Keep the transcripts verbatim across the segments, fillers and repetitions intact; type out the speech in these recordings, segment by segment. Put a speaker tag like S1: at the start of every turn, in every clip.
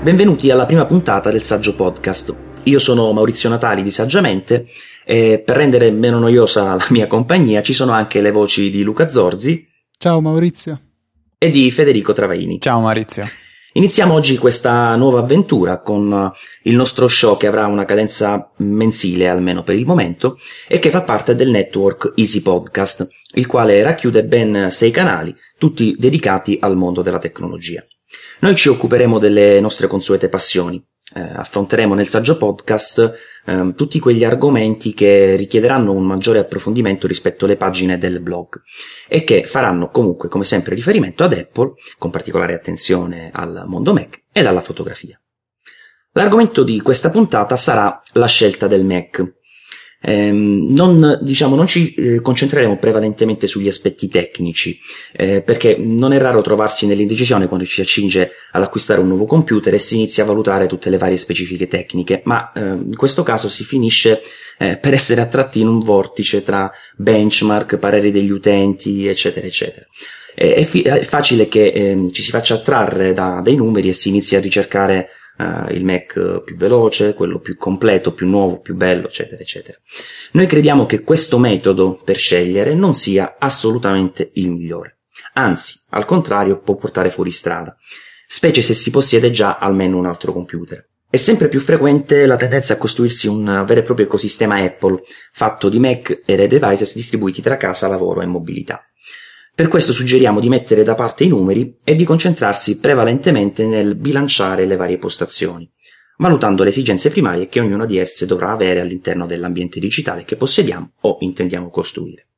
S1: Benvenuti alla prima puntata del Saggio Podcast. Io sono Maurizio Natali di Saggiamente e per rendere meno noiosa la mia compagnia ci sono anche le voci di Luca Zorzi.
S2: Ciao Maurizio.
S1: E di Federico Travaini.
S3: Ciao Maurizio.
S1: Iniziamo oggi questa nuova avventura con il nostro show che avrà una cadenza mensile, almeno per il momento, e che fa parte del network Easy Podcast, il quale racchiude ben sei canali, tutti dedicati al mondo della tecnologia. Noi ci occuperemo delle nostre consuete passioni, eh, affronteremo nel Saggio Podcast eh, tutti quegli argomenti che richiederanno un maggiore approfondimento rispetto alle pagine del blog e che faranno comunque come sempre riferimento ad Apple, con particolare attenzione al mondo Mac ed alla fotografia. L'argomento di questa puntata sarà la scelta del Mac. Eh, non, diciamo, non ci eh, concentreremo prevalentemente sugli aspetti tecnici, eh, perché non è raro trovarsi nell'indecisione quando ci si accinge ad acquistare un nuovo computer e si inizia a valutare tutte le varie specifiche tecniche, ma eh, in questo caso si finisce eh, per essere attratti in un vortice tra benchmark, pareri degli utenti, eccetera, eccetera. Eh, è, fi- è facile che eh, ci si faccia attrarre da, dai numeri e si inizi a ricercare Uh, il Mac più veloce, quello più completo, più nuovo, più bello, eccetera, eccetera. Noi crediamo che questo metodo per scegliere non sia assolutamente il migliore. Anzi, al contrario, può portare fuori strada, specie se si possiede già almeno un altro computer. È sempre più frequente la tendenza a costruirsi un vero e proprio ecosistema Apple, fatto di Mac e Red devices distribuiti tra casa, lavoro e mobilità. Per questo suggeriamo di mettere da parte i numeri e di concentrarsi prevalentemente nel bilanciare le varie postazioni, valutando le esigenze primarie che ognuna di esse dovrà avere all'interno dell'ambiente digitale che possediamo o intendiamo costruire.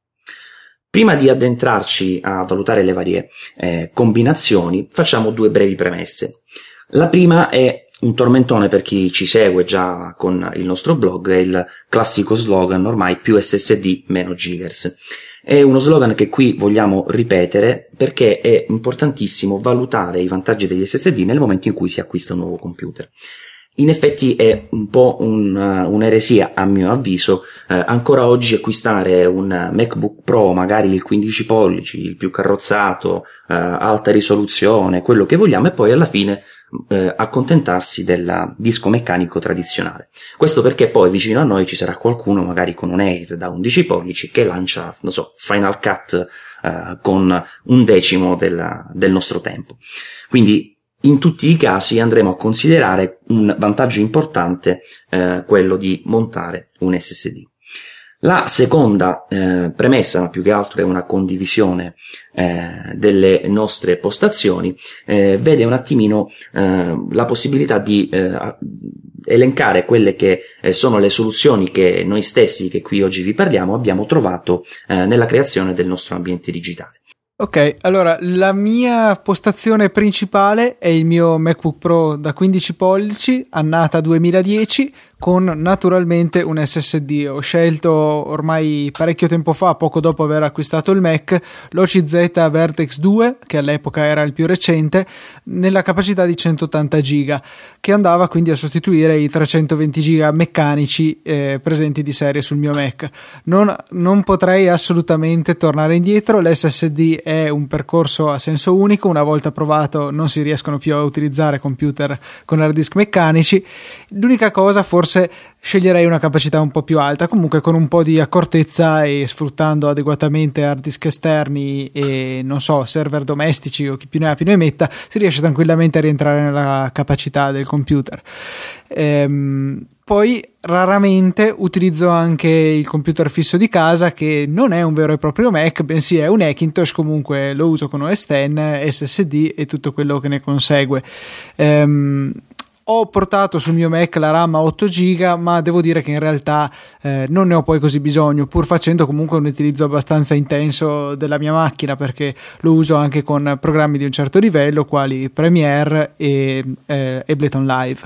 S1: Prima di addentrarci a valutare le varie eh, combinazioni, facciamo due brevi premesse. La prima è un tormentone per chi ci segue già con il nostro blog, è il classico slogan ormai più S S D meno gigahertz. È uno slogan che qui vogliamo ripetere perché è importantissimo valutare i vantaggi degli S S D nel momento in cui si acquista un nuovo computer. In effetti è un po' un, uh, un'eresia a mio avviso uh, ancora oggi acquistare un MacBook Pro, magari il quindici pollici, il più carrozzato, uh, alta risoluzione, quello che vogliamo, e poi alla fine uh, accontentarsi del disco meccanico tradizionale. Questo perché poi vicino a noi ci sarà qualcuno magari con un Air da undici pollici che lancia, non so, Final Cut uh, con un decimo del, del nostro tempo. Quindi in tutti i casi andremo a considerare un vantaggio importante, eh, quello di montare un S S D. La seconda eh, premessa, ma più che altro è una condivisione eh, delle nostre postazioni, eh, vede un attimino eh, la possibilità di eh, elencare quelle che eh, sono le soluzioni che noi stessi, che qui oggi vi parliamo, abbiamo trovato eh, nella creazione del nostro ambiente digitale.
S2: Ok, allora la mia postazione principale è il mio MacBook Pro da quindici pollici, annata duemiladieci, con naturalmente un S S D. Ho scelto ormai parecchio tempo fa, poco dopo aver acquistato il Mac, l'O C Z Vertex due, che all'epoca era il più recente, nella capacità di centottanta giga, che andava quindi a sostituire i trecentoventi giga meccanici eh, presenti di serie sul mio Mac. Non, non potrei assolutamente tornare indietro. L'S S D è un percorso a senso unico, una volta provato non si riescono più a utilizzare computer con hard disk meccanici. L'unica cosa, forse sceglierei una capacità un po' più alta, comunque con un po' di accortezza e sfruttando adeguatamente hard disk esterni e non so, server domestici o chi più ne ha più ne metta, si riesce tranquillamente a rientrare nella capacità del computer. Ehm, poi raramente utilizzo anche il computer fisso di casa, che non è un vero e proprio Mac, bensì è un Hackintosh. Comunque lo uso con O S X, S S D e tutto quello che ne consegue. Ehm, Ho portato sul mio Mac la RAM a otto giga, ma devo dire che in realtà eh, non ne ho poi così bisogno, pur facendo comunque un utilizzo abbastanza intenso della mia macchina, perché lo uso anche con programmi di un certo livello, quali Premiere e eh, Ableton Live.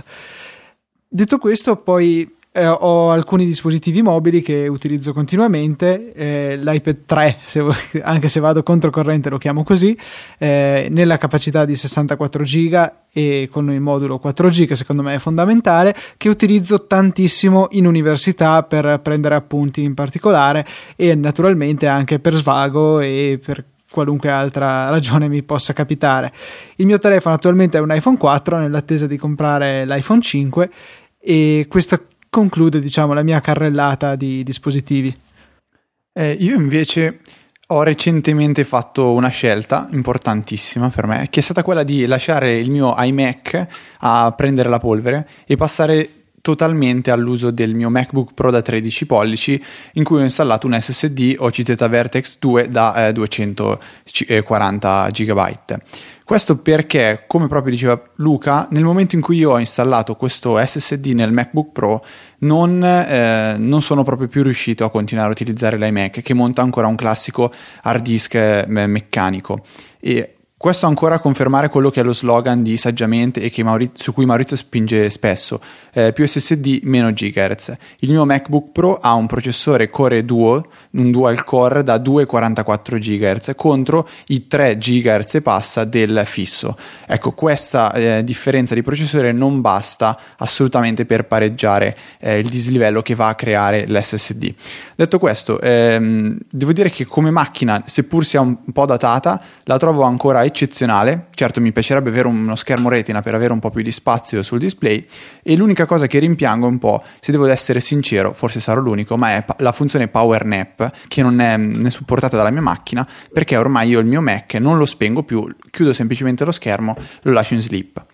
S2: Detto questo, poi eh, ho alcuni dispositivi mobili che utilizzo continuamente, eh, l'iPad tre, se, anche se vado controcorrente lo chiamo così, eh, nella capacità di sessantaquattro giga e con il modulo quattro G, che secondo me è fondamentale, che utilizzo tantissimo in università per prendere appunti in particolare, e naturalmente anche per svago e per qualunque altra ragione mi possa capitare. Il mio telefono attualmente è un iPhone quattro, nell'attesa di comprare l'iPhone cinque, e questo conclude, diciamo, la mia carrellata di dispositivi.
S3: Eh, io invece ho recentemente fatto una scelta importantissima per me, che è stata quella di lasciare il mio iMac a prendere la polvere e passare totalmente all'uso del mio MacBook Pro da tredici pollici, in cui ho installato un S S D O C Z Vertex due da eh, duecentoquaranta giga. Questo perché, come proprio diceva Luca, nel momento in cui io ho installato questo S S D nel MacBook Pro non, eh, non sono proprio più riuscito a continuare a utilizzare l'iMac, che monta ancora un classico hard disk eh, meccanico. E questo ancora a confermare quello che è lo slogan di Saggiamente e che Maurizio, su cui Maurizio spinge spesso, eh, più S S D, meno gigahertz. Il mio MacBook Pro ha un processore Core Duo, un dual core da due virgola quarantaquattro gigahertz contro i tre gigahertz e passa del fisso. Ecco, questa eh, differenza di processore non basta assolutamente per pareggiare eh, il dislivello che va a creare l'S S D. Detto questo, ehm, devo dire che come macchina, seppur sia un po' datata, la trovo ancora eccezionale. Certo, mi piacerebbe avere uno schermo retina per avere un po' più di spazio sul display, e l'unica cosa che rimpiango un po', se devo essere sincero, forse sarò l'unico, ma è la funzione Power Nap, che non è né supportata dalla mia macchina, perché ormai io il mio Mac non lo spengo più, chiudo semplicemente lo schermo, lo lascio in sleep.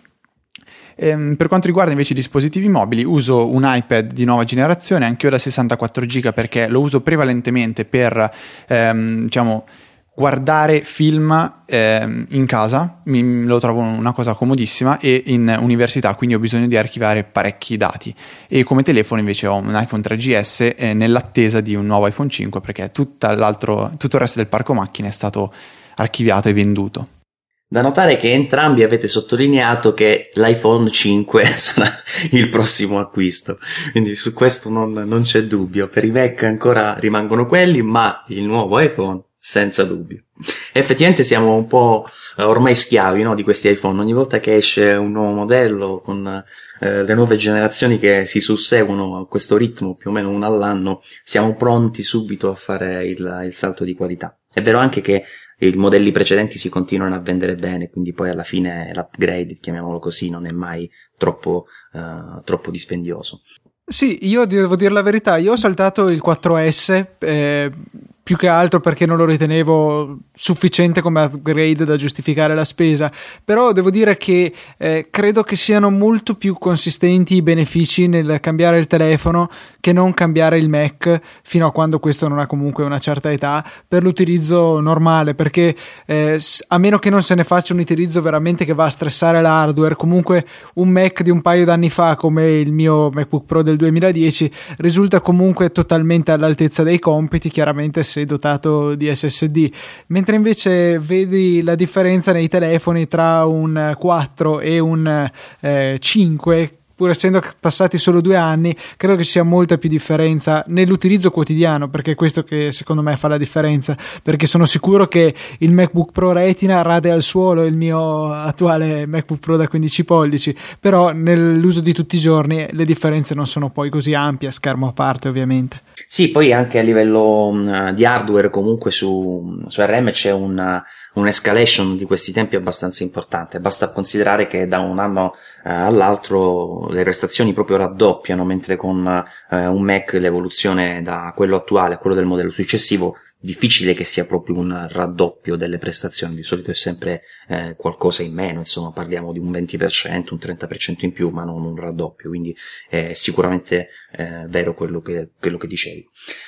S3: Ehm, per quanto riguarda invece i dispositivi mobili, uso un iPad di nuova generazione, anch'io da sessantaquattro giga, perché lo uso prevalentemente per ehm, diciamo guardare film eh, in casa, mi, lo trovo una cosa comodissima, e in università quindi ho bisogno di archiviare parecchi dati. E come telefono invece ho un iPhone tre G S eh, nell'attesa di un nuovo iPhone cinque, perché tutta l'altro, tutto il resto del parco macchine è stato archiviato e venduto.
S1: Da notare che entrambi avete sottolineato che l'iPhone cinque sarà il prossimo acquisto, quindi su questo non, non c'è dubbio. Per i Mac ancora rimangono quelli, ma il nuovo iPhone senza dubbio. Effettivamente siamo un po' ormai schiavi, no, di questi iPhone. Ogni volta che esce un nuovo modello con eh, le nuove generazioni che si susseguono a questo ritmo, più o meno una all'anno, siamo pronti subito a fare il, il salto di qualità. È vero anche che i modelli precedenti si continuano a vendere bene, quindi poi alla fine l'upgrade, chiamiamolo così, non è mai troppo uh, troppo dispendioso.
S2: Sì, io devo dire la verità, io ho saltato il quattro S eh, più che altro perché non lo ritenevo sufficiente come upgrade da giustificare la spesa, però devo dire che eh, credo che siano molto più consistenti i benefici nel cambiare il telefono che non cambiare il Mac, fino a quando questo non ha comunque una certa età, per l'utilizzo normale, perché eh, a meno che non se ne faccia un utilizzo veramente che va a stressare l'hardware, comunque un Mac di un paio d'anni fa come il mio MacBook Pro del duemiladieci risulta comunque totalmente all'altezza dei compiti, chiaramente se dotato di S S D, mentre invece vedi la differenza nei telefoni tra un quattro e un eh, cinque, pur essendo passati solo due anni, credo che ci sia molta più differenza nell'utilizzo quotidiano, perché è questo che secondo me fa la differenza, perché sono sicuro che il MacBook Pro Retina rade al suolo il mio attuale MacBook Pro da quindici pollici, però nell'uso di tutti i giorni le differenze non sono poi così ampie, a schermo a parte ovviamente.
S1: Sì, poi anche a livello uh, di hardware comunque su, su R M c'è un un'escalation di questi tempi abbastanza importante. Basta considerare che da un anno uh, all'altro le prestazioni proprio raddoppiano, mentre con uh, un Mac l'evoluzione da quello attuale a quello del modello successivo difficile che sia proprio un raddoppio delle prestazioni, di solito è sempre eh, qualcosa in meno, insomma parliamo di un venti per cento, un trenta per cento in più, ma non un raddoppio, quindi è sicuramente eh, vero quello che, quello che dicevi.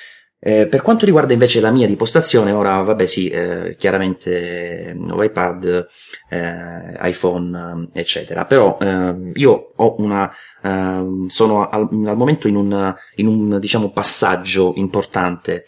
S1: Eh, per quanto riguarda invece la mia di postazione, ora vabbè sì, eh, chiaramente nuovo iPad, eh, iPhone, eccetera, però eh, io ho una eh, sono al, al momento in un in un diciamo passaggio importante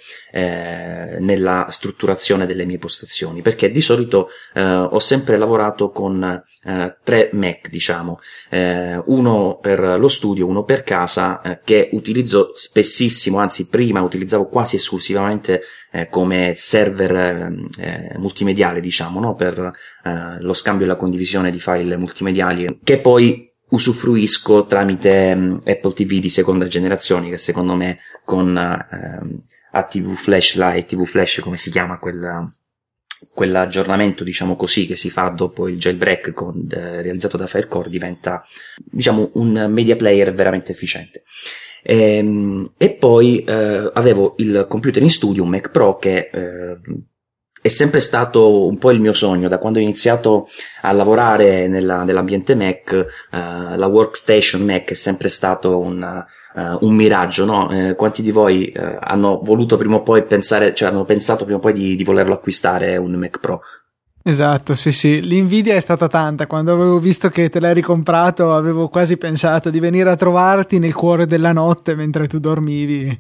S1: eh, nella strutturazione delle mie postazioni, perché di solito eh, ho sempre lavorato con eh, tre Mac, diciamo, eh, uno per lo studio, uno per casa, eh, che utilizzo spessissimo, anzi prima utilizzavo quasi quasi esclusivamente eh, come server eh, multimediale, diciamo, no? Per eh, lo scambio e la condivisione di file multimediali, che poi usufruisco tramite um, Apple T V di seconda generazione, che secondo me con uh, A T V Flash Lite, T V Flash come si chiama quel, quell'aggiornamento, diciamo così, che si fa dopo il jailbreak con, eh, realizzato da Firecore, diventa, diciamo, un media player veramente efficiente. E, e poi eh, avevo il computer in studio, un Mac Pro, che eh, è sempre stato un po' il mio sogno. Da quando ho iniziato a lavorare nella, nell'ambiente Mac, eh, la workstation Mac è sempre stato un, uh, un miraggio, no? Eh, quanti di voi eh, hanno voluto prima o poi pensare, cioè hanno pensato prima o poi di, di volerlo acquistare un Mac Pro?
S2: Esatto, sì sì, l'invidia è stata tanta. Quando avevo visto che te l'hai ricomprato avevo quasi pensato di venire a trovarti nel cuore della notte mentre tu dormivi.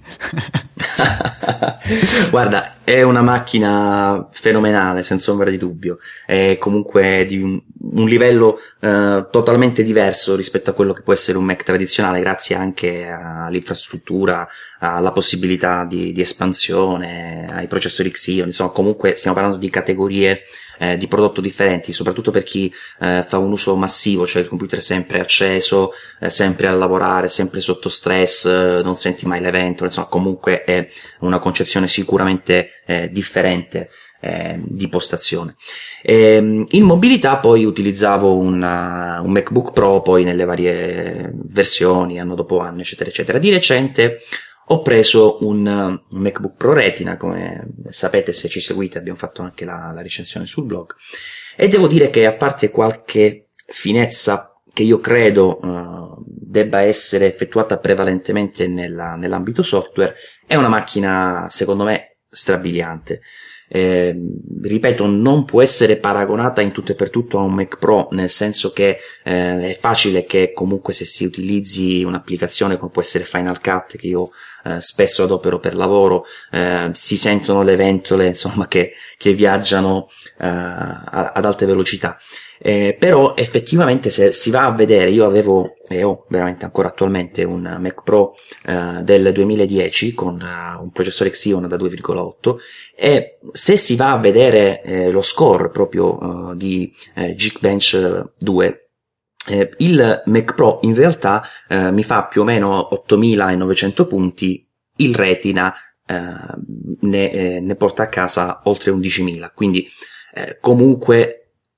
S1: Guarda, è una macchina fenomenale, senza ombra di dubbio, è comunque di un, un livello eh, totalmente diverso rispetto a quello che può essere un Mac tradizionale, grazie anche all'infrastruttura, alla possibilità di, di espansione, ai processori Xeon. Insomma, comunque stiamo parlando di categorie eh, di prodotto differenti, soprattutto per chi eh, fa un uso massivo, cioè il computer sempre acceso, eh, sempre a lavorare, sempre sotto stress, eh, non senti mai l'evento. Insomma, comunque è una concezione sicuramente eh, differente eh, di postazione. E, in mobilità poi utilizzavo una, un MacBook Pro, poi nelle varie versioni, anno dopo anno, eccetera eccetera. Di recente ho preso un, un MacBook Pro Retina, come sapete se ci seguite abbiamo fatto anche la, la recensione sul blog, e devo dire che, a parte qualche finezza che io credo uh, debba essere effettuata prevalentemente nella, nell'ambito software, è una macchina secondo me strabiliante. Eh, ripeto, non può essere paragonata in tutto e per tutto a un Mac Pro, nel senso che eh, è facile che comunque se si utilizzi un'applicazione come può essere Final Cut, che io eh, spesso adopero per lavoro, eh, si sentono le ventole, insomma, che, che viaggiano eh, ad alte velocità. Eh, però effettivamente se si va a vedere, io avevo e ho veramente ancora attualmente un Mac Pro eh, del duemiladieci con uh, un processore Xeon da due virgola otto, e se si va a vedere eh, lo score proprio uh, di eh, Geekbench due, eh, il Mac Pro in realtà eh, mi fa più o meno ottomilanovecento punti, il Retina eh, ne, eh, ne porta a casa oltre undicimila, quindi eh, comunque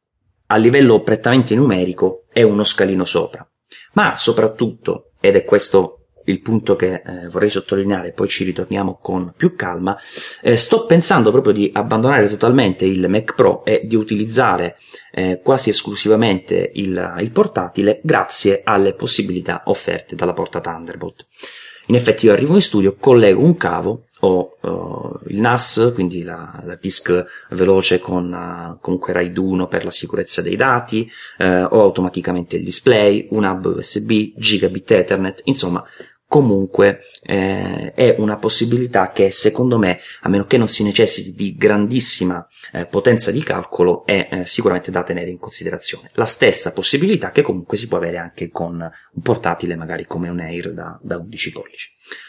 S1: a livello prettamente numerico è uno scalino sopra. Ma soprattutto, ed è questo il punto che eh, vorrei sottolineare, poi ci ritorniamo con più calma, eh, sto pensando proprio di abbandonare totalmente il Mac Pro e di utilizzare eh, quasi esclusivamente il, il portatile, grazie alle possibilità offerte dalla porta Thunderbolt. In effetti io arrivo in studio, collego un cavo, ho uh, il N A S, quindi la, la disk veloce con uh, comunque RAID uno per la sicurezza dei dati, uh, ho automaticamente il display, un hub U S B, gigabit Ethernet, insomma comunque eh, è una possibilità che secondo me, a meno che non si necessiti di grandissima eh, potenza di calcolo, è eh, sicuramente da tenere in considerazione. La stessa possibilità che comunque si può avere anche con un portatile magari come un Air da, da undici pollici.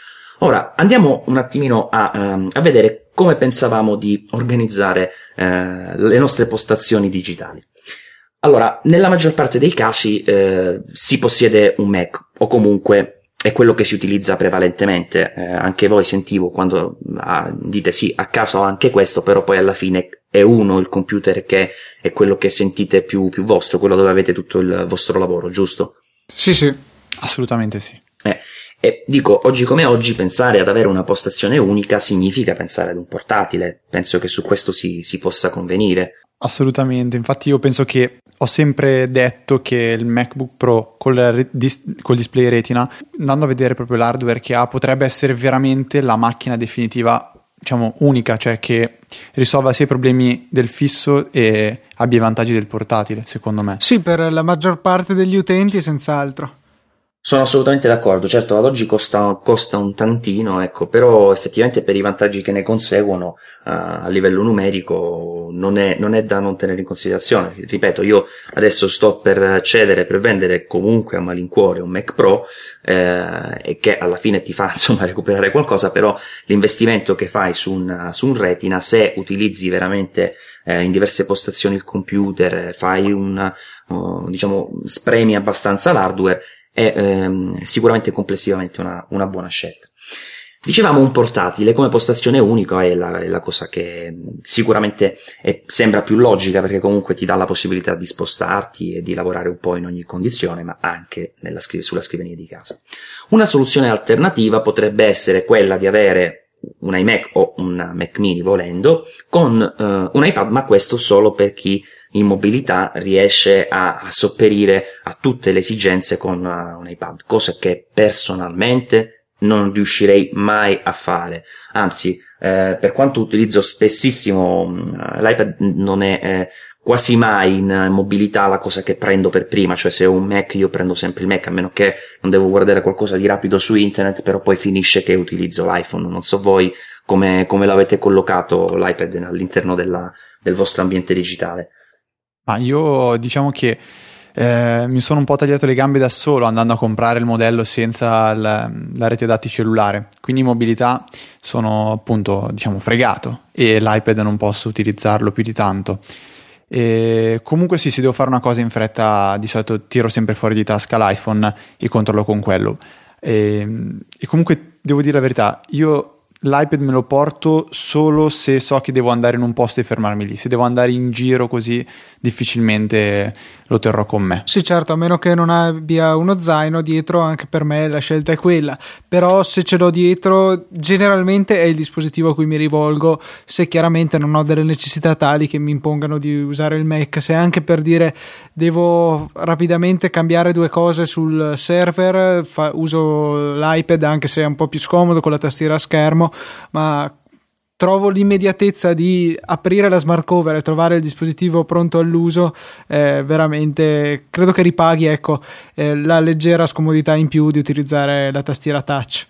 S1: Ora andiamo un attimino a, um, a vedere come pensavamo di organizzare eh, le nostre postazioni digitali. Allora, nella maggior parte dei casi eh, si possiede un Mac, o comunque è quello che si utilizza prevalentemente. Eh, anche voi sentivo quando ah, dite sì, a casa ho anche questo, però poi alla fine è uno il computer che è quello che sentite più, più vostro, quello dove avete tutto il vostro lavoro, giusto?
S2: Sì, sì.
S3: Assolutamente sì.
S1: Eh, e dico, oggi come oggi pensare ad avere una postazione unica significa pensare ad un portatile. Penso che su questo si, si possa convenire.
S3: Assolutamente, infatti io penso che ho sempre detto che il MacBook Pro col, col display Retina, andando a vedere proprio l'hardware che ha, potrebbe essere veramente la macchina definitiva, diciamo unica, cioè che risolva sia i problemi del fisso e abbia i vantaggi del portatile, secondo me.
S2: Sì, per la maggior parte degli utenti senz'altro.
S1: Sono assolutamente d'accordo, certo ad oggi costa, costa un tantino, ecco, però effettivamente per i vantaggi che ne conseguono uh, a livello numerico non è, non è da non tenere in considerazione. Ripeto, io adesso sto per cedere, per vendere comunque a malincuore un Mac Pro eh, e che alla fine ti fa insomma recuperare qualcosa, però l'investimento che fai su un, su un Retina, se utilizzi veramente eh, in diverse postazioni il computer, fai un, uh, diciamo, spremi abbastanza l'hardware, è ehm, sicuramente complessivamente una, una buona scelta. Dicevamo un portatile come postazione unica è la, è la cosa che sicuramente è, sembra più logica, perché comunque ti dà la possibilità di spostarti e di lavorare un po' in ogni condizione, ma anche nella, sulla scrivania di casa. Una soluzione alternativa potrebbe essere quella di avere un iMac o un Mac mini volendo con uh, un iPad, ma questo solo per chi in mobilità riesce a, a sopperire a tutte le esigenze con uh, un iPad, cosa che personalmente non riuscirei mai a fare. Anzi, eh, per quanto utilizzo spessissimo uh, l'iPad, non è eh, quasi mai in mobilità la cosa che prendo per prima, cioè se ho un Mac io prendo sempre il Mac, a meno che non devo guardare qualcosa di rapido su internet, però poi finisce che utilizzo l'iPhone. Non so voi come, come l'avete collocato l'iPad all'interno della, del vostro ambiente digitale.
S3: Ma io diciamo che eh, mi sono un po' tagliato le gambe da solo andando a comprare il modello senza la, la rete dati cellulare, quindi in mobilità sono appunto diciamo fregato e l'iPad non posso utilizzarlo più di tanto. E comunque sì, se devo fare una cosa in fretta di solito tiro sempre fuori di tasca l'iPhone e controllo con quello. E, e comunque devo dire la verità, io l'iPad me lo porto solo se so che devo andare in un posto e fermarmi lì. Se devo andare in giro così difficilmente lo terrò con me.
S2: Sì, certo, a meno che non abbia uno zaino dietro, anche per me la scelta è quella. Però se ce l'ho dietro, generalmente è il dispositivo a cui mi rivolgo, se chiaramente non ho delle necessità tali che mi impongano di usare il Mac. Se anche per dire devo rapidamente cambiare due cose sul server, fa, uso l'iPad, anche se è un po' più scomodo con la tastiera a schermo, ma trovo l'immediatezza di aprire la smart cover e trovare il dispositivo pronto all'uso, eh, veramente credo che ripaghi, ecco, eh, la leggera scomodità in più di utilizzare la tastiera touch.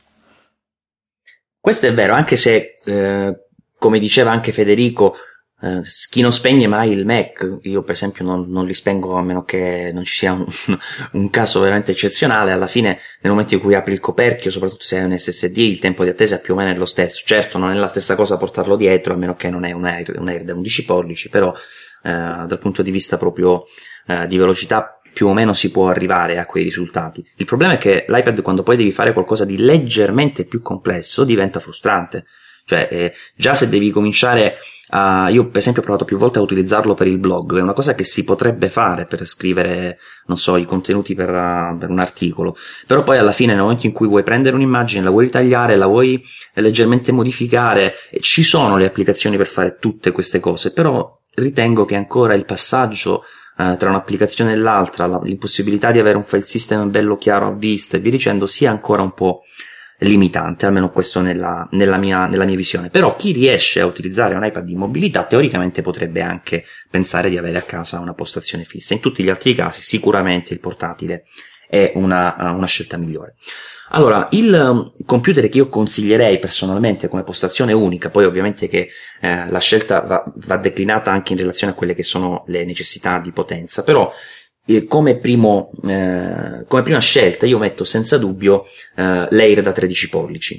S1: Questo è vero, anche se eh, come diceva anche Federico, eh, chi non spegne mai il Mac, io per esempio non, non li spengo a meno che non ci sia un, un caso veramente eccezionale. Alla fine, nel momento in cui apri il coperchio, soprattutto se hai un S S D, il tempo di attesa più o meno è lo stesso. Certo, non è la stessa cosa portarlo dietro, a meno che non è un Air, un Air da undici pollici, però eh, dal punto di vista proprio eh, di velocità più o meno si può arrivare a quei risultati. Il problema è che l'iPad, quando poi devi fare qualcosa di leggermente più complesso, diventa frustrante. Cioè, eh, già se devi cominciare a... Io per esempio ho provato più volte a utilizzarlo per il blog, è una cosa che si potrebbe fare per scrivere, non so, i contenuti per, uh, per un articolo, però poi alla fine nel momento in cui vuoi prendere un'immagine, la vuoi ritagliare, la vuoi leggermente modificare, e ci sono le applicazioni per fare tutte queste cose, però ritengo che ancora il passaggio uh, tra un'applicazione e l'altra, la, l'impossibilità di avere un file system bello chiaro a vista e via dicendo, sia ancora un po' limitante, almeno questo nella, nella mia, nella mia visione. Però chi riesce a utilizzare un iPad di mobilità teoricamente potrebbe anche pensare di avere a casa una postazione fissa. In tutti gli altri casi sicuramente il portatile è una, una scelta migliore. Allora, il computer che io consiglierei personalmente come postazione unica, poi ovviamente che eh, la scelta va, va declinata anche in relazione a quelle che sono le necessità di potenza, però Come, primo, eh, come prima scelta io metto senza dubbio eh, l'Air da tredici pollici.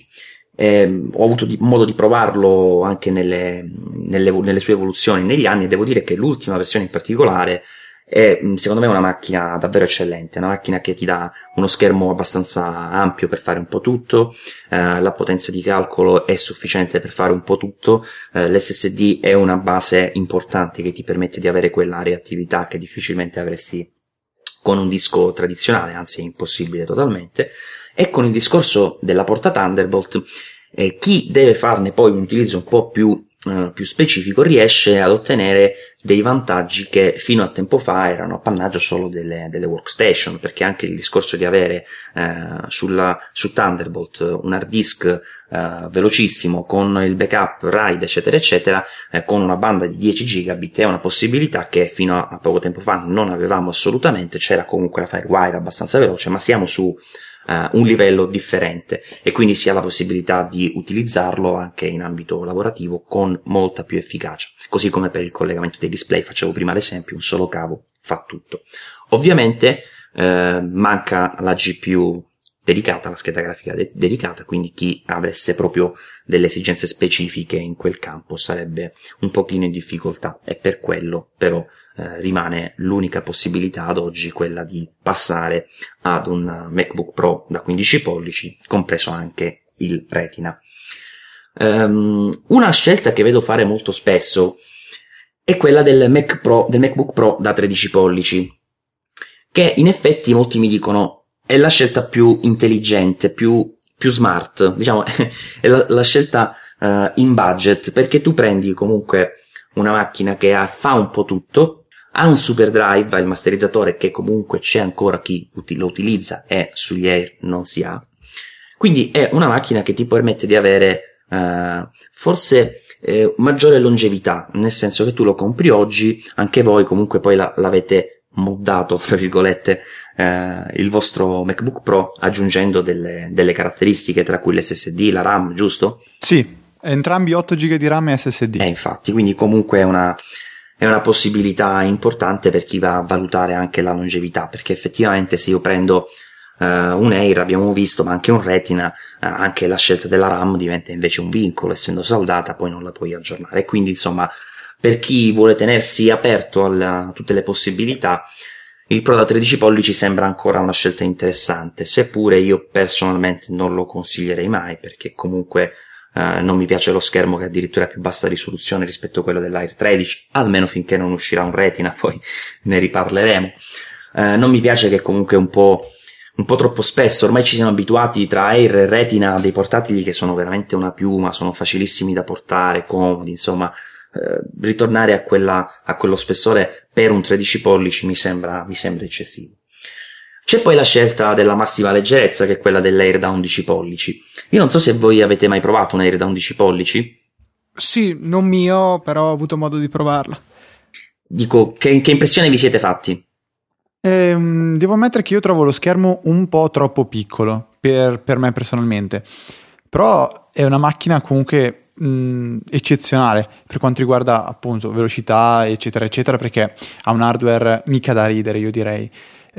S1: Eh, ho avuto di, modo di provarlo anche nelle, nelle, nelle sue evoluzioni negli anni, e devo dire che l'ultima versione in particolare è secondo me una macchina davvero eccellente, una macchina che ti dà uno schermo abbastanza ampio per fare un po' tutto, eh, la potenza di calcolo è sufficiente per fare un po' tutto, eh, l'S S D è una base importante che ti permette di avere quella reattività che difficilmente avresti con un disco tradizionale, anzi è impossibile totalmente. E con il discorso della porta Thunderbolt, eh, chi deve farne poi un utilizzo un po' più, eh, più specifico riesce ad ottenere dei vantaggi che fino a tempo fa erano appannaggio solo delle, delle workstation, perché anche il discorso di avere eh, sulla, su Thunderbolt un hard disk eh, velocissimo con il backup RAID eccetera eccetera, eh, con una banda di dieci gigabit è una possibilità che fino a, a poco tempo fa non avevamo assolutamente. C'era comunque la FireWire abbastanza veloce, ma siamo su Uh, un livello differente, e quindi si ha la possibilità di utilizzarlo anche in ambito lavorativo con molta più efficacia, così come per il collegamento dei display. Facevo prima l'esempio, un solo cavo fa tutto. Ovviamente uh, manca la G P U dedicata, la scheda grafica de- dedicata, quindi chi avesse proprio delle esigenze specifiche in quel campo sarebbe un pochino in difficoltà, e per quello però Eh, rimane l'unica possibilità ad oggi quella di passare ad un MacBook Pro da quindici pollici, compreso anche il Retina. Um, una scelta che vedo fare molto spesso è quella del Mac Pro, del MacBook Pro da tredici pollici, che in effetti molti mi dicono è la scelta più intelligente, più, più smart, diciamo è la, la scelta uh, in budget, perché tu prendi comunque una macchina che ha, fa un po' tutto, ha un super drive, ha il masterizzatore che comunque c'è ancora chi lo utilizza e sugli Air non si ha, quindi è una macchina che ti permette di avere Uh, forse eh, maggiore longevità, nel senso che tu lo compri oggi, anche voi comunque poi la, l'avete moddato tra virgolette eh, il vostro MacBook Pro aggiungendo delle, delle caratteristiche, tra cui l'S S D, la RAM, giusto?
S3: Sì, entrambi otto giga di RAM e S S D.
S1: Eh, infatti, quindi comunque è una, è una possibilità importante per chi va a valutare anche la longevità, perché effettivamente se io prendo Uh, un Air abbiamo visto, ma anche un Retina, uh, anche la scelta della RAM diventa invece un vincolo, essendo saldata poi non la puoi aggiornare. Quindi insomma, per chi vuole tenersi aperto a tutte le possibilità, il Pro da tredici pollici sembra ancora una scelta interessante, seppure io personalmente non lo consiglierei mai, perché comunque uh, non mi piace lo schermo che addirittura ha più bassa risoluzione rispetto a quello dell'Air tredici, almeno finché non uscirà un Retina, poi ne riparleremo. Uh, non mi piace che comunque un po' un po' troppo spesso, ormai ci siamo abituati tra Air e Retina a dei portatili che sono veramente una piuma, sono facilissimi da portare, comodi, insomma, eh, ritornare a quella, a quello spessore per un tredici pollici mi sembra, mi sembra eccessivo. C'è poi la scelta della massima leggerezza, che è quella dell'Air da undici pollici. Io non so se voi avete mai provato un Air da undici pollici.
S2: Sì, non mio, però ho avuto modo di provarlo.
S1: Dico, che, che impressione vi siete fatti?
S3: Ehm, devo ammettere che io trovo lo schermo un po' troppo piccolo per, per me personalmente, però è una macchina comunque mh, eccezionale per quanto riguarda appunto velocità eccetera eccetera, perché ha un hardware mica da ridere, io direi.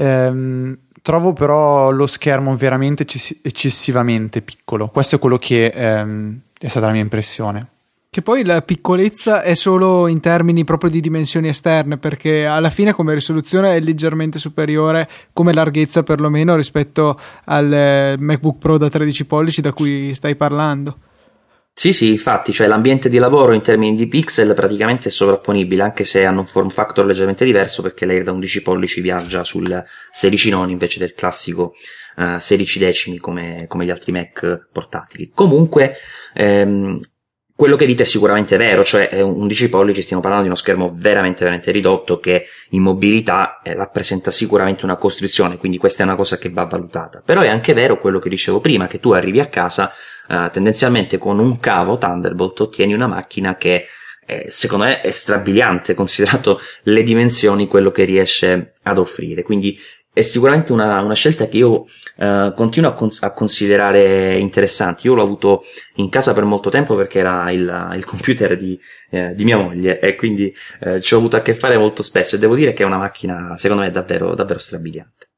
S3: Ehm, trovo però lo schermo veramente eccess- eccessivamente piccolo, questo è quello che ehm, è stata la mia impressione.
S2: Che poi la piccolezza è solo in termini proprio di dimensioni esterne, perché alla fine come risoluzione è leggermente superiore, come larghezza perlomeno, rispetto al MacBook Pro da tredici pollici da cui stai parlando.
S1: Sì, sì, infatti, cioè l'ambiente di lavoro in termini di pixel praticamente è sovrapponibile, anche se hanno un form factor leggermente diverso, perché l'Air da undici pollici viaggia sul sedici noni invece del classico uh, sedici decimi come, come gli altri Mac portatili. Comunque, ehm, quello che dite è sicuramente vero, cioè undici pollici stiamo parlando di uno schermo veramente veramente ridotto che in mobilità eh, rappresenta sicuramente una costrizione, quindi questa è una cosa che va valutata. Però è anche vero quello che dicevo prima, che tu arrivi a casa eh, tendenzialmente con un cavo Thunderbolt ottieni una macchina che eh, secondo me è strabiliante, considerato le dimensioni, quello che riesce ad offrire, quindi è sicuramente una, una scelta che io uh, continuo a, cons- a considerare interessante. Io l'ho avuto in casa per molto tempo perché era il, il computer di, eh, di mia moglie, e quindi eh, ci ho avuto a che fare molto spesso, e devo dire che è una macchina secondo me davvero, davvero strabiliante.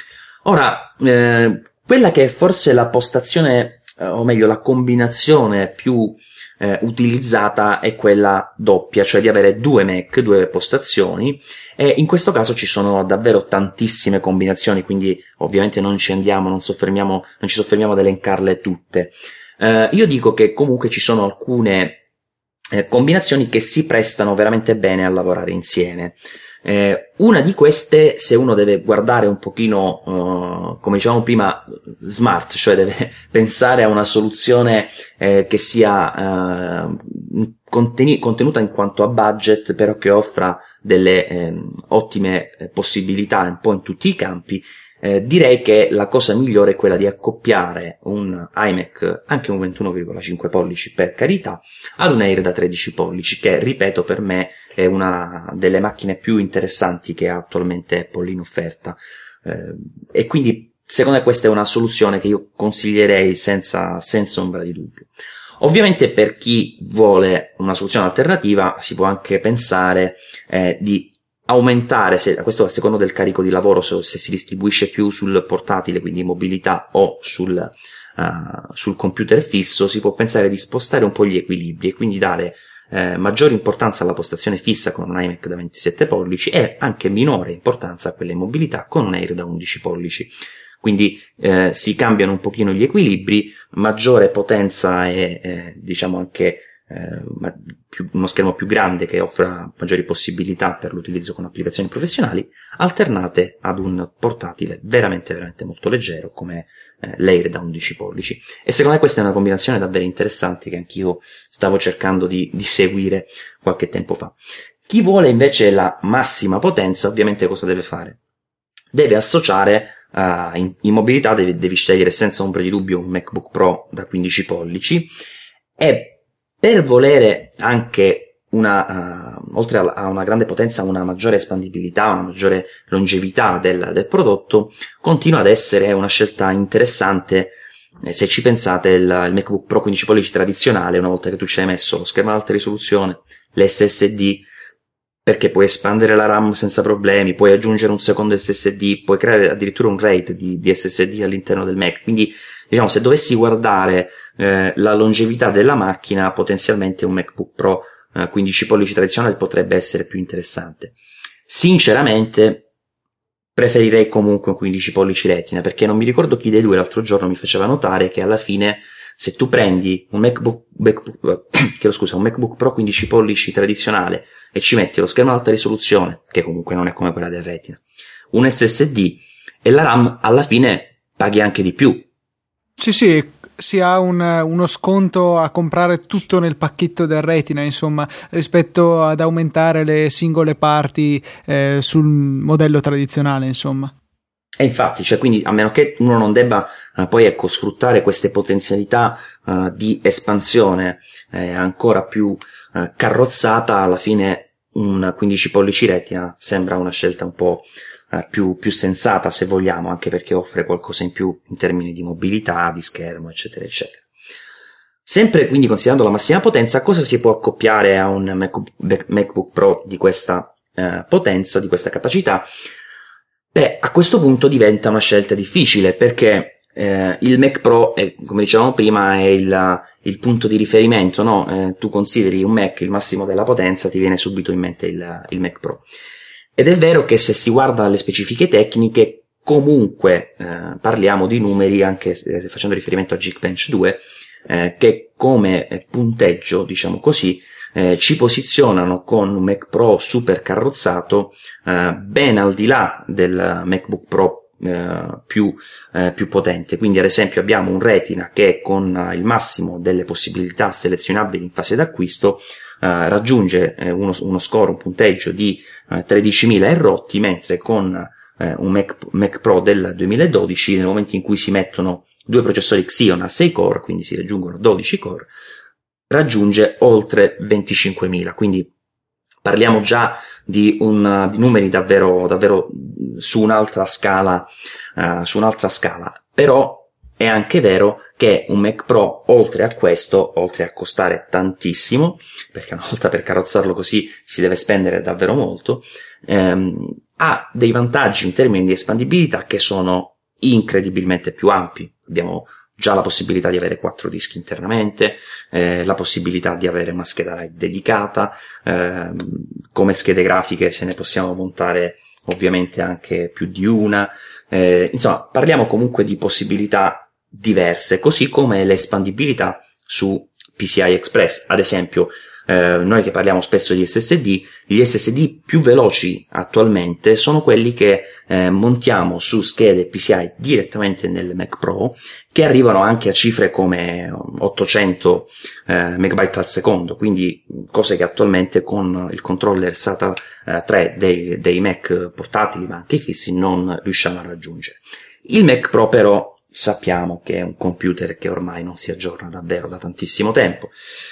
S1: Ora, eh, quella che è forse la postazione, eh, o meglio la combinazione più Eh, utilizzata è quella doppia, cioè di avere due Mac, due postazioni, e in questo caso ci sono davvero tantissime combinazioni, quindi ovviamente non ci andiamo, non soffermiamo, non ci soffermiamo ad elencarle tutte. Eh, io dico che comunque ci sono alcune eh, combinazioni che si prestano veramente bene a lavorare insieme. Eh, una di queste, se uno deve guardare un pochino, uh, come dicevamo prima, smart, cioè deve pensare a una soluzione eh, che sia uh, conteni- contenuta in quanto a budget, però che offra delle eh, ottime possibilità un po' in tutti i campi, eh, direi che la cosa migliore è quella di accoppiare un iMac, anche un ventuno virgola cinque pollici per carità, ad un Air da tredici pollici, che ripeto per me è una delle macchine più interessanti che ha attualmente Apple in offerta, eh, e quindi secondo me questa è una soluzione che io consiglierei senza, senza ombra di dubbio. Ovviamente per chi vuole una soluzione alternativa si può anche pensare eh, di aumentare, se, questo a secondo del carico di lavoro, se, se si distribuisce più sul portatile, quindi in mobilità, o sul, uh, sul computer fisso, si può pensare di spostare un po' gli equilibri e quindi dare eh, maggiore importanza alla postazione fissa con un iMac da ventisette pollici e anche minore importanza a quella in mobilità con un Air da undici pollici. quindi eh, si cambiano un pochino gli equilibri, maggiore potenza e eh, diciamo anche eh, più, uno schermo più grande che offra maggiori possibilità per l'utilizzo con applicazioni professionali, alternate ad un portatile veramente veramente molto leggero come eh, l'Air da undici pollici. E secondo me questa è una combinazione davvero interessante che anch'io stavo cercando di, di seguire qualche tempo fa. Chi vuole invece la massima potenza ovviamente cosa deve fare? Deve associare uh, in, in mobilità, devi, devi scegliere senza ombra di dubbio un MacBook Pro da quindici pollici, e per volere anche una, uh, oltre a, a una grande potenza, una maggiore espandibilità, una maggiore longevità del, del prodotto, continua ad essere una scelta interessante. Eh, se ci pensate, il, il MacBook Pro quindici pollici tradizionale, una volta che tu ci hai messo lo schermo ad alta risoluzione, l'S S D, perché puoi espandere la RAM senza problemi, puoi aggiungere un secondo S S D, puoi creare addirittura un RAID di, di S S D all'interno del Mac. Quindi, diciamo, se dovessi guardare eh, la longevità della macchina, potenzialmente un MacBook Pro eh, quindici pollici tradizionale potrebbe essere più interessante. Sinceramente, preferirei comunque un quindici pollici Retina, perché non mi ricordo chi dei due l'altro giorno mi faceva notare che alla fine, se tu prendi un MacBook, MacBook chiedo scusa, un MacBook Pro quindici pollici tradizionale e ci metti lo schermo ad alta risoluzione, che comunque non è come quella del Retina, un S S D e la RAM, alla fine paghi anche di più.
S2: Sì, sì, si ha un, uno sconto a comprare tutto nel pacchetto del Retina, insomma, rispetto ad aumentare le singole parti eh, sul modello tradizionale, insomma.
S1: E infatti, cioè, quindi, a meno che uno non debba uh, poi ecco sfruttare queste potenzialità uh, di espansione eh, ancora più uh, carrozzata, alla fine un quindici pollici Retina sembra una scelta un po' uh, più, più sensata, se vogliamo, anche perché offre qualcosa in più in termini di mobilità, di schermo, eccetera, eccetera. Sempre quindi considerando la massima potenza, cosa si può accoppiare a un MacBook, MacBook Pro di questa uh, potenza, di questa capacità? Beh, a questo punto diventa una scelta difficile, perché eh, il Mac Pro, è, come dicevamo prima, è il, il punto di riferimento, no? Eh, tu consideri un Mac il massimo della potenza, ti viene subito in mente il, il Mac Pro. Ed è vero che se si guarda alle specifiche tecniche, comunque eh, parliamo di numeri, anche se, facendo riferimento a Geekbench due, eh, che come punteggio, diciamo così, Eh, ci posizionano con un Mac Pro super carrozzato eh, ben al di là del MacBook Pro eh, più, eh, più potente. Quindi ad esempio abbiamo un Retina che con eh, il massimo delle possibilità selezionabili in fase d'acquisto eh, raggiunge eh, uno, uno score, un punteggio di eh, tredicimila e rotti, mentre con eh, un Mac, Mac Pro del duemiladodici, nel momento in cui si mettono due processori Xeon a sei core, quindi si raggiungono dodici core, raggiunge oltre venticinquemila. Quindi parliamo già di, un, di numeri davvero, davvero su un'altra scala, uh, su un'altra scala. Però è anche vero che un Mac Pro, oltre a questo, oltre a costare tantissimo, perché una volta per carrozzarlo così si deve spendere davvero molto, ehm, ha dei vantaggi in termini di espandibilità che sono incredibilmente più ampi. Abbiamo già la possibilità di avere quattro dischi internamente, eh, la possibilità di avere una scheda RAID dedicata, eh, come schede grafiche se ne possiamo montare ovviamente anche più di una, eh, insomma parliamo comunque di possibilità diverse, così come l'espandibilità su P C I Express. Ad esempio, eh, noi che parliamo spesso di S S D, gli S S D più veloci attualmente sono quelli che eh, montiamo su schede P C I direttamente nel Mac Pro, che arrivano anche a cifre come ottocento eh, megabyte al secondo, quindi cose che attualmente con il controller SATA eh, tre dei, dei Mac portatili, ma anche fissi, non riusciamo a raggiungere. Il Mac Pro però sappiamo che è un computer che ormai non si aggiorna davvero da tantissimo tempo,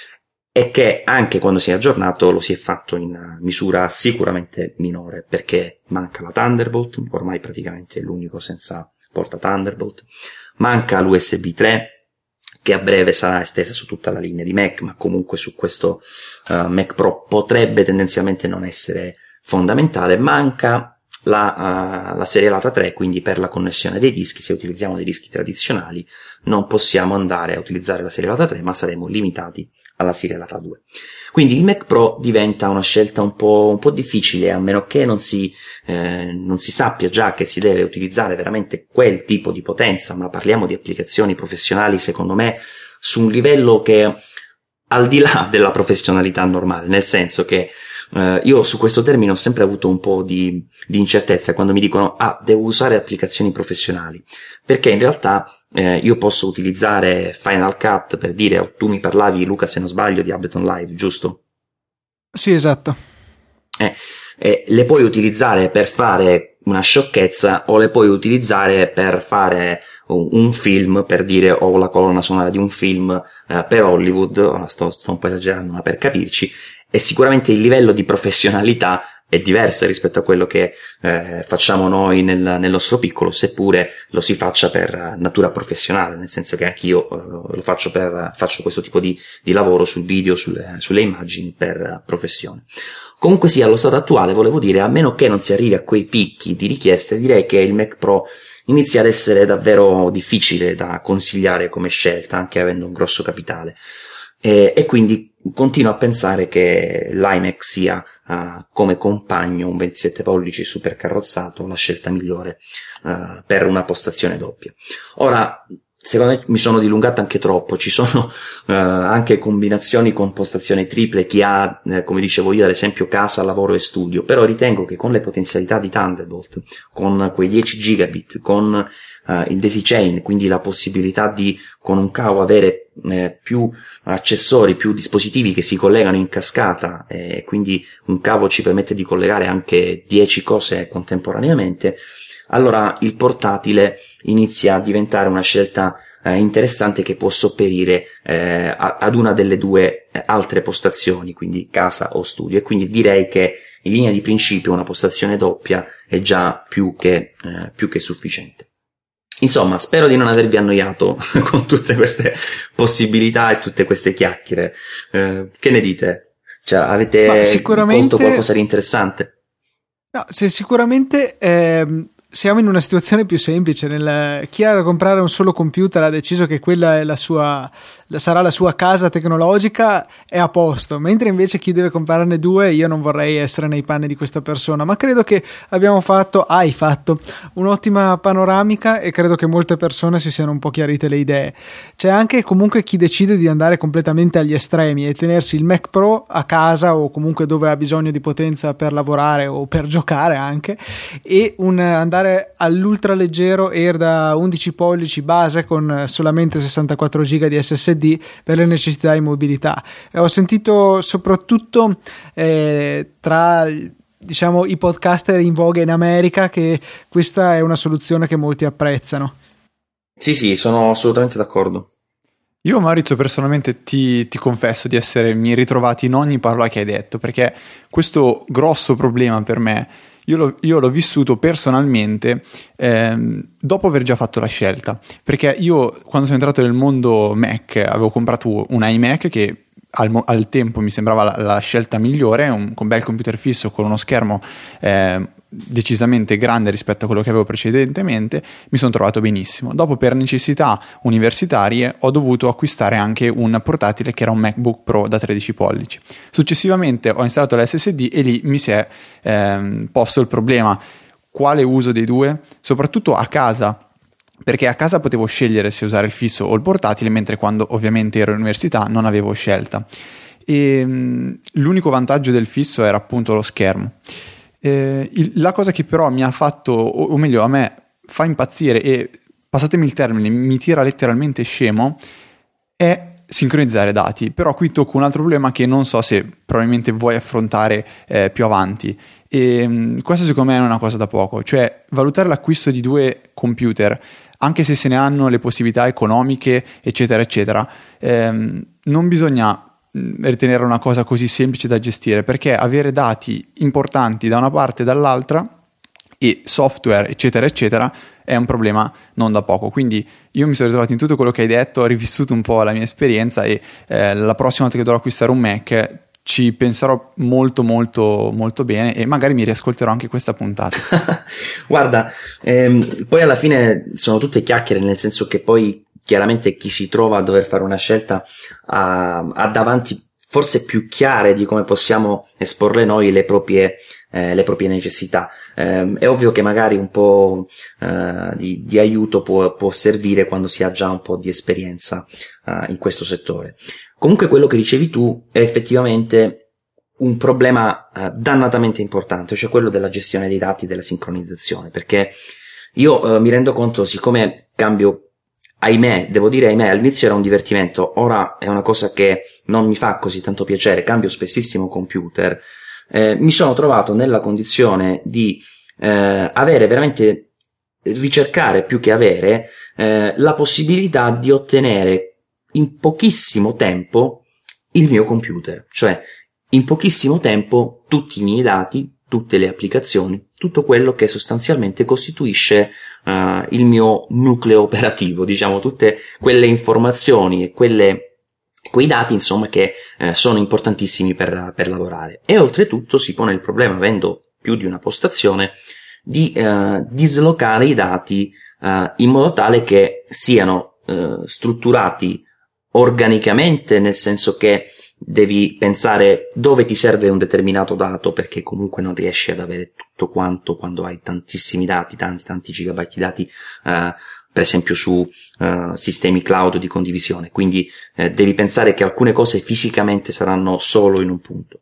S1: e che anche quando si è aggiornato lo si è fatto in misura sicuramente minore, perché manca la Thunderbolt, ormai praticamente è l'unico senza porta Thunderbolt, manca l'U S B tre, che a breve sarà estesa su tutta la linea di Mac, ma comunque su questo uh, Mac Pro potrebbe tendenzialmente non essere fondamentale, manca la, uh, la serialata tre, quindi per la connessione dei dischi, se utilizziamo dei dischi tradizionali non possiamo andare a utilizzare la serialata tre, ma saremo limitati alla serialità due. Quindi il Mac Pro diventa una scelta un po', un po' difficile, a meno che non si, eh, non si sappia già che si deve utilizzare veramente quel tipo di potenza, ma parliamo di applicazioni professionali, secondo me, su un livello che al di là della professionalità normale, nel senso che eh, io su questo termine ho sempre avuto un po' di, di incertezza quando mi dicono ah, devo usare applicazioni professionali, perché in realtà eh, io posso utilizzare Final Cut, per dire, oh, tu mi parlavi, Luca, se non sbaglio, di Ableton Live, giusto?
S2: Sì, esatto.
S1: Eh, eh, le puoi utilizzare per fare una sciocchezza o le puoi utilizzare per fare un, un film, per dire ho la colonna sonora di un film eh, per Hollywood, ora sto, sto un po' esagerando ma per capirci, e sicuramente il livello di professionalità è diverso rispetto a quello che eh, facciamo noi nel, nel nostro piccolo, seppure lo si faccia per natura professionale, nel senso che anch'io eh, lo faccio per faccio questo tipo di, di lavoro sul video, sulle, sulle immagini per professione. Comunque sia, allo stato attuale, volevo dire, a meno che non si arrivi a quei picchi di richieste, direi che il Mac Pro inizia ad essere davvero difficile da consigliare come scelta, anche avendo un grosso capitale. E, e quindi continuo a pensare che l'iMac sia uh, come compagno un ventisette pollici super carrozzato la scelta migliore uh, per una postazione doppia. Ora, secondo me mi sono dilungato anche troppo, ci sono uh, anche combinazioni con postazione triple, chi ha, eh, come dicevo io, ad esempio casa, lavoro e studio, però ritengo che con le potenzialità di Thunderbolt, con quei dieci gigabit, con uh, il daisy chain, quindi la possibilità di con un cavo avere eh, più accessori, più dispositivi che si collegano in cascata, e eh, quindi un cavo ci permette di collegare anche dieci cose contemporaneamente, allora il portatile inizia a diventare una scelta eh, interessante che può sopperire eh, a, ad una delle due eh, altre postazioni, quindi casa o studio, e quindi direi che in linea di principio una postazione doppia è già più che, eh, più che sufficiente. Insomma, spero di non avervi annoiato con tutte queste possibilità e tutte queste chiacchiere. Eh, che ne dite? Cioè, avete
S2: sicuramente...
S1: colto qualcosa di interessante?
S2: No, se sicuramente ehm, siamo in una situazione più semplice. Nel, chi ha da comprare un solo computer ha deciso che quella è la sua, sarà la sua casa tecnologica, è a posto, mentre invece chi deve comprarne due, io non vorrei essere nei panni di questa persona, ma credo che abbiamo fatto, hai fatto un'ottima panoramica e credo che molte persone si siano un po' chiarite le idee. C'è anche comunque chi decide di andare completamente agli estremi e tenersi il Mac Pro a casa o comunque dove ha bisogno di potenza per lavorare o per giocare anche, e un andare all'ultra leggero Air da undici pollici base con solamente sessantaquattro giga di S S D per le necessità di mobilità. E ho sentito soprattutto eh, tra diciamo i podcaster in voga in America che questa è una soluzione che molti apprezzano.
S1: Sì, sì, sono assolutamente d'accordo.
S3: Io, Maurizio, personalmente ti, ti confesso di essermi ritrovato in ogni parola che hai detto, perché questo grosso problema per me Io l'ho, io l'ho vissuto personalmente ehm, dopo aver già fatto la scelta, perché io quando sono entrato nel mondo Mac avevo comprato un iMac che al, al tempo mi sembrava la, la scelta migliore, un, un bel computer fisso con uno schermo eh, decisamente grande rispetto a quello che avevo precedentemente. Mi sono trovato benissimo. Dopo, per necessità universitarie, ho dovuto acquistare anche un portatile che era un MacBook Pro da tredici pollici. Successivamente ho installato l'S S D e lì mi si è ehm, posto il problema: quale uso dei due? Soprattutto a casa, perché a casa potevo scegliere se usare il fisso o il portatile, mentre quando ovviamente ero all'università non avevo scelta. E mh, l'unico vantaggio del fisso era appunto lo schermo. Eh, il, la cosa che però mi ha fatto, o, o meglio a me fa impazzire e, passatemi il termine, mi tira letteralmente scemo, è sincronizzare dati. Però qui tocco un altro problema che non so se probabilmente vuoi affrontare eh, più avanti, e mh, questo secondo me è una cosa da poco, cioè valutare l'acquisto di due computer, anche se se ne hanno le possibilità economiche eccetera eccetera, ehm, non bisogna ritenere una cosa così semplice da gestire, perché avere dati importanti da una parte e dall'altra e software eccetera eccetera è un problema non da poco. Quindi io mi sono ritrovato in tutto quello che hai detto, ho rivissuto un po' la mia esperienza e eh, la prossima volta che dovrò acquistare un Mac ci penserò molto molto molto bene e magari mi riascolterò anche questa puntata.
S1: Guarda, ehm, poi alla fine sono tutte chiacchiere, nel senso che poi chiaramente chi si trova a dover fare una scelta ha, ha davanti forse più chiare di come possiamo esporle noi le proprie, eh, le proprie necessità. Eh, è ovvio che magari un po' eh, di, di aiuto può, può servire quando si ha già un po' di esperienza eh, in questo settore. Comunque quello che dicevi tu è effettivamente un problema eh, dannatamente importante, cioè quello della gestione dei dati, della sincronizzazione, perché io eh, mi rendo conto, siccome cambio, ahimè, devo dire ahimè, all'inizio era un divertimento, ora è una cosa che non mi fa così tanto piacere, cambio spessissimo computer, eh, mi sono trovato nella condizione di eh, avere veramente, ricercare più che avere, eh, la possibilità di ottenere in pochissimo tempo il mio computer, cioè in pochissimo tempo tutti i miei dati, tutte le applicazioni, tutto quello che sostanzialmente costituisce uh, il mio nucleo operativo, diciamo, tutte quelle informazioni e quelle, quei dati, insomma, che eh, sono importantissimi per, per lavorare. E oltretutto si pone il problema, avendo più di una postazione, di uh, dislocare i dati uh, in modo tale che siano uh, strutturati organicamente, nel senso che devi pensare dove ti serve un determinato dato, perché comunque non riesci ad avere tutto quanto quando hai tantissimi dati, tanti tanti gigabyte di dati, eh, per esempio su eh, sistemi cloud di condivisione, quindi eh, devi pensare che alcune cose fisicamente saranno solo in un punto,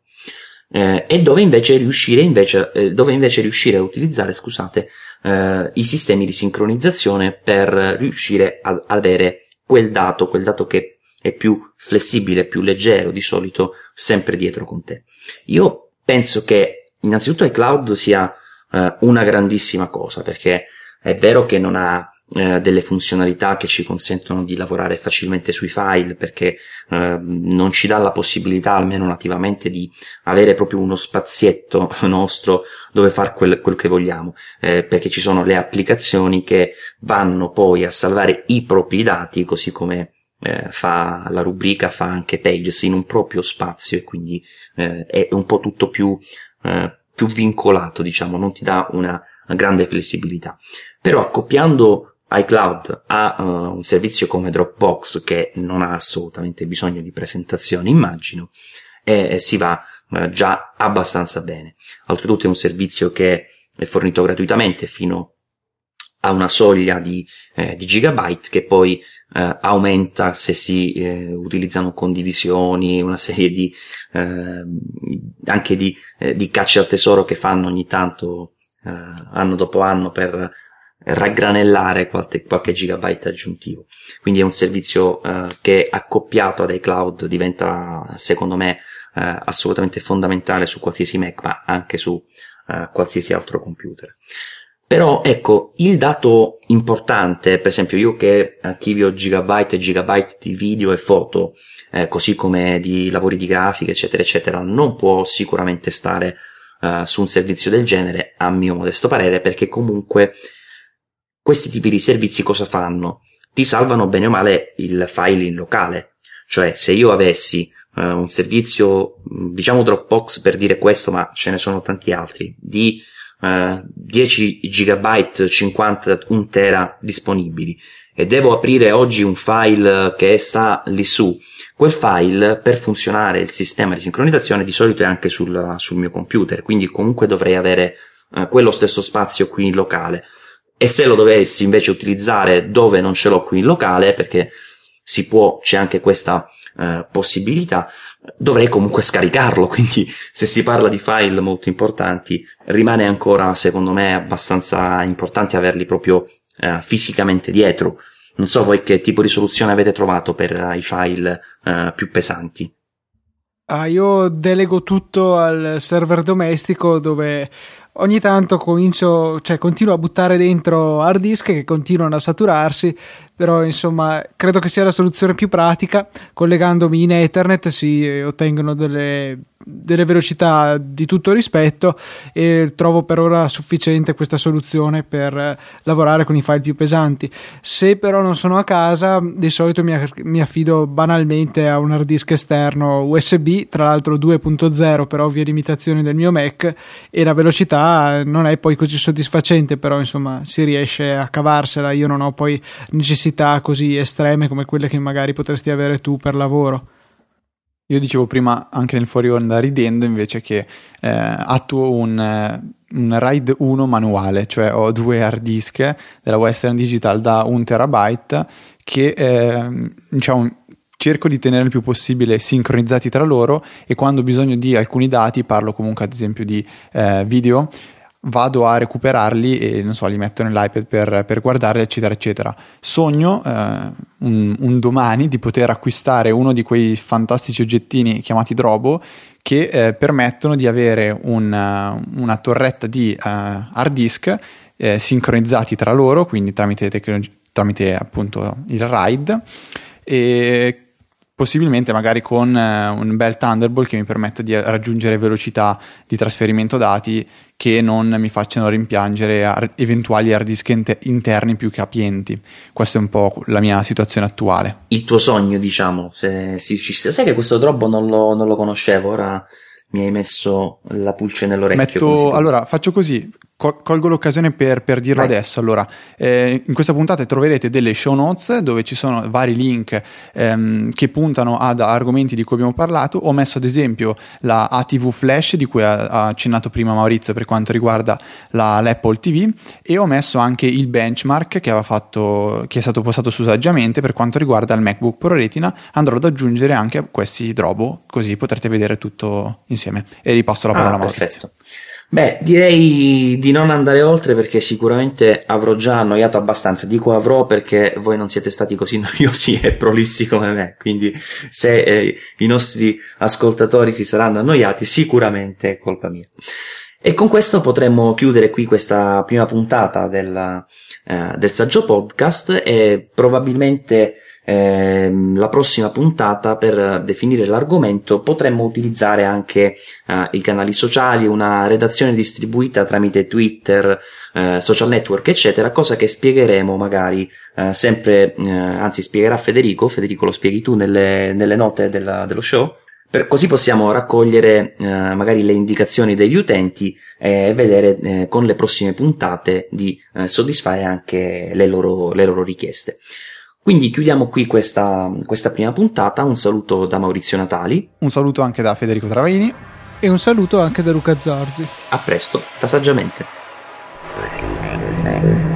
S1: eh, e dove invece riuscire invece eh, dove invece riuscire a utilizzare, scusate, eh, i sistemi di sincronizzazione per riuscire a, ad avere quel dato, quel dato che è più flessibile, più leggero, di solito sempre dietro con te. Io penso che innanzitutto iCloud sia eh, una grandissima cosa, perché è vero che non ha eh, delle funzionalità che ci consentono di lavorare facilmente sui file, perché eh, non ci dà la possibilità, almeno nativamente, di avere proprio uno spazietto nostro dove fare quel, quel che vogliamo, eh, perché ci sono le applicazioni che vanno poi a salvare i propri dati, così come Eh, fa la rubrica, fa anche Pages in un proprio spazio, e quindi eh, è un po' tutto più eh, più vincolato, diciamo, non ti dà una, una grande flessibilità. Però accoppiando iCloud a uh, un servizio come Dropbox, che non ha assolutamente bisogno di presentazioni, immagino, e, e si va uh, già abbastanza bene. Oltretutto è un servizio che è fornito gratuitamente fino a una soglia di, eh, di gigabyte, che poi Uh, aumenta se si eh, utilizzano condivisioni, una serie di eh, anche di, eh, di cacce al tesoro che fanno ogni tanto, eh, anno dopo anno, per raggranellare qualche, qualche gigabyte aggiuntivo. Quindi è un servizio eh, che, accoppiato ad iCloud, diventa, secondo me, eh, assolutamente fondamentale su qualsiasi Mac, ma anche su eh, qualsiasi altro computer. Però ecco, il dato importante, per esempio io che archivio gigabyte e gigabyte di video e foto, eh, così come di lavori di grafica, eccetera eccetera, non può sicuramente stare uh, su un servizio del genere, a mio modesto parere, perché comunque questi tipi di servizi cosa fanno? Ti salvano bene o male il file in locale. Cioè, se io avessi uh, un servizio, diciamo Dropbox per dire questo, ma ce ne sono tanti altri, di Uh, dieci gigabyte, cinquanta, un tera disponibili, e devo aprire oggi un file che sta lì su, quel file, per funzionare il sistema di sincronizzazione, di solito è anche sul, sul mio computer, quindi comunque dovrei avere uh, quello stesso spazio qui in locale. E se lo dovessi invece utilizzare dove non ce l'ho qui in locale, perché si può, c'è anche questa uh, possibilità, dovrei comunque scaricarlo. Quindi se si parla di file molto importanti, rimane ancora, secondo me, abbastanza importante averli proprio uh, fisicamente dietro. Non so voi che tipo di soluzione avete trovato per uh, i file uh, più pesanti.
S2: Ah, io delego tutto al server domestico, dove ogni tanto comincio, cioè continuo a buttare dentro hard disk che continuano a saturarsi, però insomma credo che sia la soluzione più pratica. Collegandomi in Ethernet si ottengono delle delle velocità di tutto rispetto, e trovo per ora sufficiente questa soluzione per lavorare con i file più pesanti. Se però non sono a casa, di solito mi, mi affido banalmente a un hard disk esterno U S B, tra l'altro due punto zero per ovvie limitazioni del mio Mac, e la velocità non è poi così soddisfacente, però insomma si riesce a cavarsela. Io non ho poi necessità così estreme come quelle che magari potresti avere tu per lavoro.
S3: Io dicevo prima anche nel fuori onda ridendo invece che eh, attuo un, un RAID uno manuale, cioè ho due hard disk della Western Digital da un terabyte che eh, diciamo cerco di tenere il più possibile sincronizzati tra loro, e quando ho bisogno di alcuni dati, parlo comunque ad esempio di eh, video, vado a recuperarli e non so, li metto nell'iPad per, per guardarli, eccetera eccetera. Sogno eh, un, un domani di poter acquistare uno di quei fantastici oggettini chiamati Drobo che eh, permettono di avere una, una torretta di uh, hard disk eh, sincronizzati tra loro, quindi tramite, tecnologi- tramite appunto il RAID, e possibilmente magari con eh, un bel Thunderbolt che mi permetta di raggiungere velocità di trasferimento dati che non mi facciano rimpiangere ar- eventuali hard disk inter- interni più capienti. Questa è un po' la mia situazione attuale.
S1: Il tuo sogno, diciamo, se si riuscisse. Sai che questo Drobo non lo, non lo conoscevo, ora mi hai messo la pulce nell'orecchio.
S3: Metto, allora faccio così, colgo l'occasione per, per dirlo
S1: Vai.
S3: adesso. Allora, eh, in questa puntata troverete delle show notes dove ci sono vari link ehm, che puntano ad argomenti di cui abbiamo parlato. Ho messo ad esempio la A T V Flash di cui ha, ha accennato prima Maurizio per quanto riguarda la, l'Apple T V, e ho messo anche il benchmark che aveva fatto, che è stato postato su Saggiamente per quanto riguarda il MacBook Pro Retina. Andrò ad aggiungere anche questi Drobo, così potrete vedere tutto insieme, e ripasso la parola
S1: ah,
S3: a Maurizio.
S1: Perfetto. Beh, direi di non andare oltre perché sicuramente avrò già annoiato abbastanza. Dico avrò perché voi non siete stati così noiosi e prolissi come me, quindi se eh, i nostri ascoltatori si saranno annoiati sicuramente è colpa mia. E con questo potremmo chiudere qui questa prima puntata del, eh, del Saggio Podcast, e probabilmente Eh, la prossima puntata, per definire l'argomento, potremmo utilizzare anche eh, i canali sociali, una redazione distribuita tramite Twitter, eh, social network eccetera, cosa che spiegheremo magari eh, sempre, eh, anzi spiegherà Federico, Federico lo spieghi tu nelle, nelle note della, dello show, per, così possiamo raccogliere eh, magari le indicazioni degli utenti e vedere eh, con le prossime puntate di eh, soddisfare anche le loro, le loro richieste. Quindi chiudiamo qui questa, questa prima puntata. Un saluto da Maurizio Natali.
S3: Un saluto anche da Federico Travaini.
S2: E un saluto anche da Luca Zorzi.
S1: A presto, da Saggiamente.